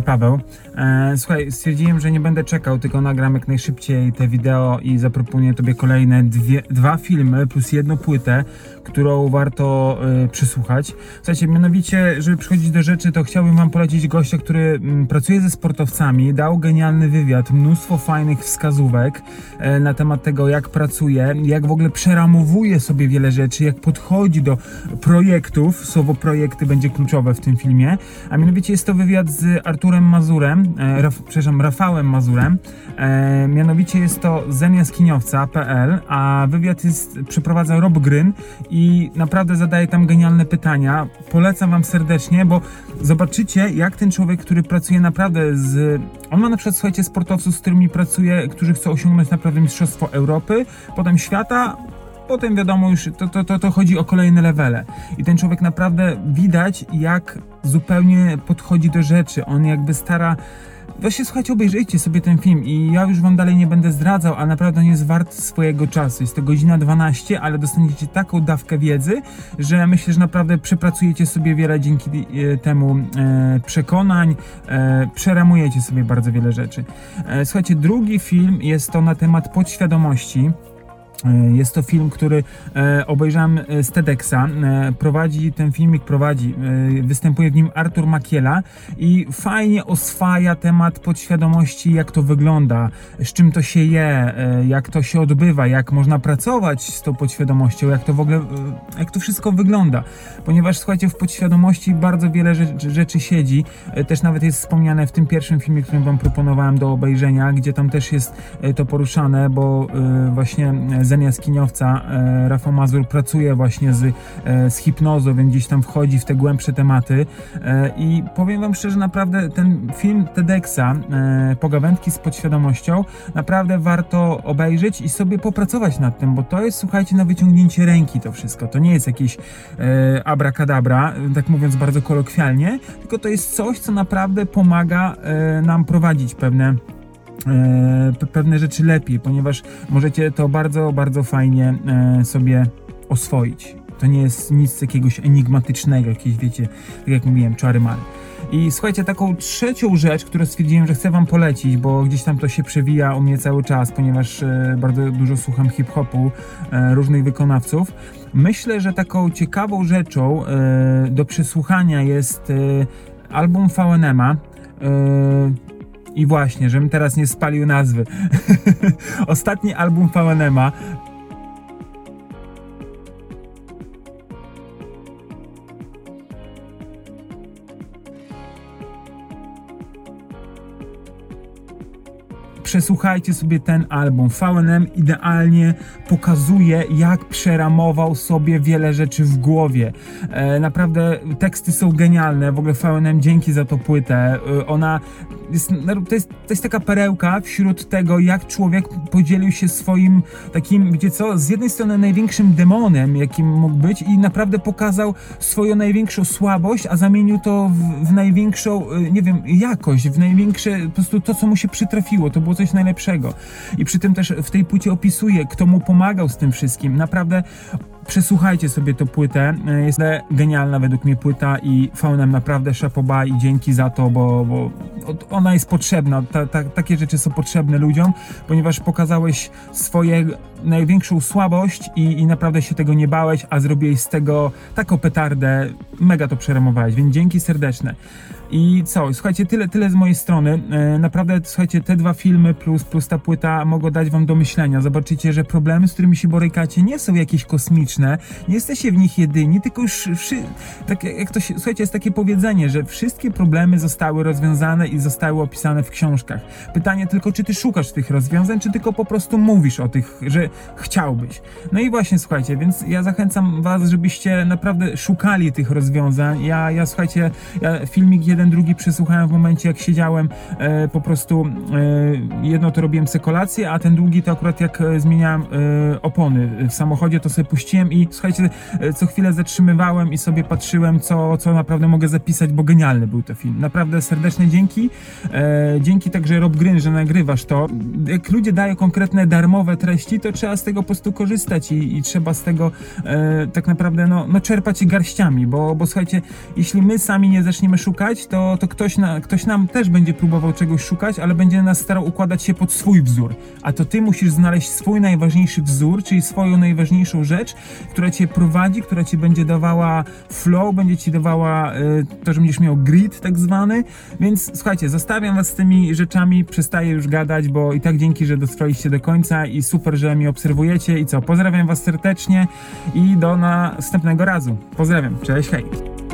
Paweł. Słuchaj, stwierdziłem, że nie będę czekał, tylko nagram jak najszybciej te wideo i zaproponuję Tobie kolejne dwa filmy plus jedną płytę, którą warto przysłuchać. Słuchajcie, mianowicie, żeby przechodzić do rzeczy, to chciałbym Wam polecić gościa, który pracuje ze sportowcami, dał genialny wywiad, mnóstwo fajnych wskazówek na temat tego, jak pracuje, jak w ogóle przeramowuje sobie wiele rzeczy, jak podchodzi do projektów. Słowo projekty będzie kluczowe w tym filmie, a mianowicie jest to wywiad z Arturem Mazurem, Rafałem Mazurem, mianowicie jest to zenjaskiniowca.pl, a wywiad przeprowadza Rob Gryn i naprawdę zadaje tam genialne pytania. Polecam Wam serdecznie, bo zobaczycie, jak ten człowiek, który pracuje naprawdę on ma na przykład, słuchajcie, sportowców, z którymi pracuje, którzy chcą osiągnąć naprawdę mistrzostwo Europy, potem świata. Potem wiadomo już, to chodzi o kolejne levele. I ten człowiek naprawdę widać, jak zupełnie podchodzi do rzeczy. On jakby stara... Właśnie, słuchajcie, obejrzyjcie sobie ten film i ja już Wam dalej nie będę zdradzał, a naprawdę on jest wart swojego czasu. Jest to godzina 12, ale dostaniecie taką dawkę wiedzy, że myślę, że naprawdę przepracujecie sobie wiele dzięki temu przekonań, przeramujecie sobie bardzo wiele rzeczy. Słuchajcie, drugi film jest to na temat podświadomości. Jest to film, który obejrzałem z TEDxa. Występuje w nim Artur Makiela i fajnie oswaja temat podświadomości, jak to wygląda, z czym to się je, jak to się odbywa, jak można pracować z tą podświadomością, jak to w ogóle, jak to wszystko wygląda. Ponieważ, słuchajcie, w podświadomości bardzo wiele rzeczy siedzi. Też nawet jest wspomniane w tym pierwszym filmie, który Wam proponowałem do obejrzenia, gdzie tam też jest to poruszane, bo właśnie Zen Jaskiniowca, Rafał Mazur pracuje właśnie z hipnozą, więc gdzieś tam wchodzi w te głębsze tematy i powiem Wam szczerze, naprawdę ten film TEDxa, Pogawędki z podświadomością, naprawdę warto obejrzeć i sobie popracować nad tym, bo to jest, słuchajcie, na wyciągnięcie ręki to wszystko. To nie jest jakieś abracadabra, tak mówiąc bardzo kolokwialnie, tylko to jest coś, co naprawdę pomaga nam prowadzić pewne rzeczy lepiej, ponieważ możecie to bardzo, bardzo fajnie sobie oswoić. To nie jest nic jakiegoś enigmatycznego, jakieś, wiecie, tak jak mówiłem, czary-mary. I słuchajcie, taką trzecią rzecz, którą stwierdziłem, że chcę Wam polecić, bo gdzieś tam to się przewija u mnie cały czas, ponieważ bardzo dużo słucham hip-hopu, różnych wykonawców. Myślę, że taką ciekawą rzeczą do przesłuchania jest album VNM-a. I właśnie, żebym teraz nie spalił nazwy. Ostatni album VNM-a. Przesłuchajcie sobie ten album. VNM idealnie pokazuje, jak przeramował sobie wiele rzeczy w głowie. Naprawdę teksty są genialne. W ogóle VNM, dzięki za tą płytę. To jest taka perełka wśród tego, jak człowiek podzielił się swoim takim, wiecie co, z jednej strony największym demonem, jakim mógł być, i naprawdę pokazał swoją największą słabość, a zamienił to w największą, nie wiem, jakość, w największe, po prostu to, co mu się przytrafiło. To było coś najlepszego. I przy tym też w tej płycie opisuje, kto mu pomagał z tym wszystkim. Naprawdę przesłuchajcie sobie tę płytę. Jest genialna według mnie płyta i VNM naprawdę chapeau bas i dzięki za to, bo ona jest potrzebna. Takie rzeczy są potrzebne ludziom, ponieważ pokazałeś swoją największą słabość i naprawdę się tego nie bałeś, a zrobiłeś z tego taką petardę. Mega to przeramowałeś, więc dzięki serdeczne. I co? Słuchajcie, tyle z mojej strony. Naprawdę, słuchajcie, te dwa filmy plus ta płyta mogą dać Wam do myślenia. Zobaczycie, że problemy, z którymi się borykacie, nie są jakieś kosmiczne, nie jesteście w nich jedyni, tylko już tak jak to się, słuchajcie, jest takie powiedzenie, że wszystkie problemy zostały rozwiązane i zostały opisane w książkach. Pytanie tylko, czy Ty szukasz tych rozwiązań, czy tylko po prostu mówisz o tych, że chciałbyś. No i właśnie, słuchajcie, więc ja zachęcam Was, żebyście naprawdę szukali tych rozwiązań. Słuchajcie, filmik jeden, drugi przesłuchałem w momencie, jak siedziałem, po prostu jedno to robiłem sobie kolację, a ten drugi to akurat jak zmieniałem opony w samochodzie, to sobie puściłem kręciłem i słuchajcie, co chwilę zatrzymywałem i sobie patrzyłem, co naprawdę mogę zapisać, bo genialny był to film. Naprawdę serdeczne dzięki. Dzięki także Rob Gryn, że nagrywasz to. Jak ludzie dają konkretne darmowe treści, to trzeba z tego po prostu korzystać i trzeba z tego tak naprawdę czerpać garściami, bo słuchajcie, jeśli my sami nie zaczniemy szukać, to ktoś nam też będzie próbował czegoś szukać, ale będzie nas starał układać się pod swój wzór. A to ty musisz znaleźć swój najważniejszy wzór, czyli swoją najważniejszą rzecz, która cię prowadzi, która ci będzie dawała flow, będzie ci dawała to, że będziesz miał grit tak zwany. Więc słuchajcie, zostawiam was z tymi rzeczami, przestaję już gadać, bo i tak dzięki, że dotrwaliście do końca i super, że mnie obserwujecie i co, pozdrawiam was serdecznie i do następnego razu. Pozdrawiam, cześć, hej!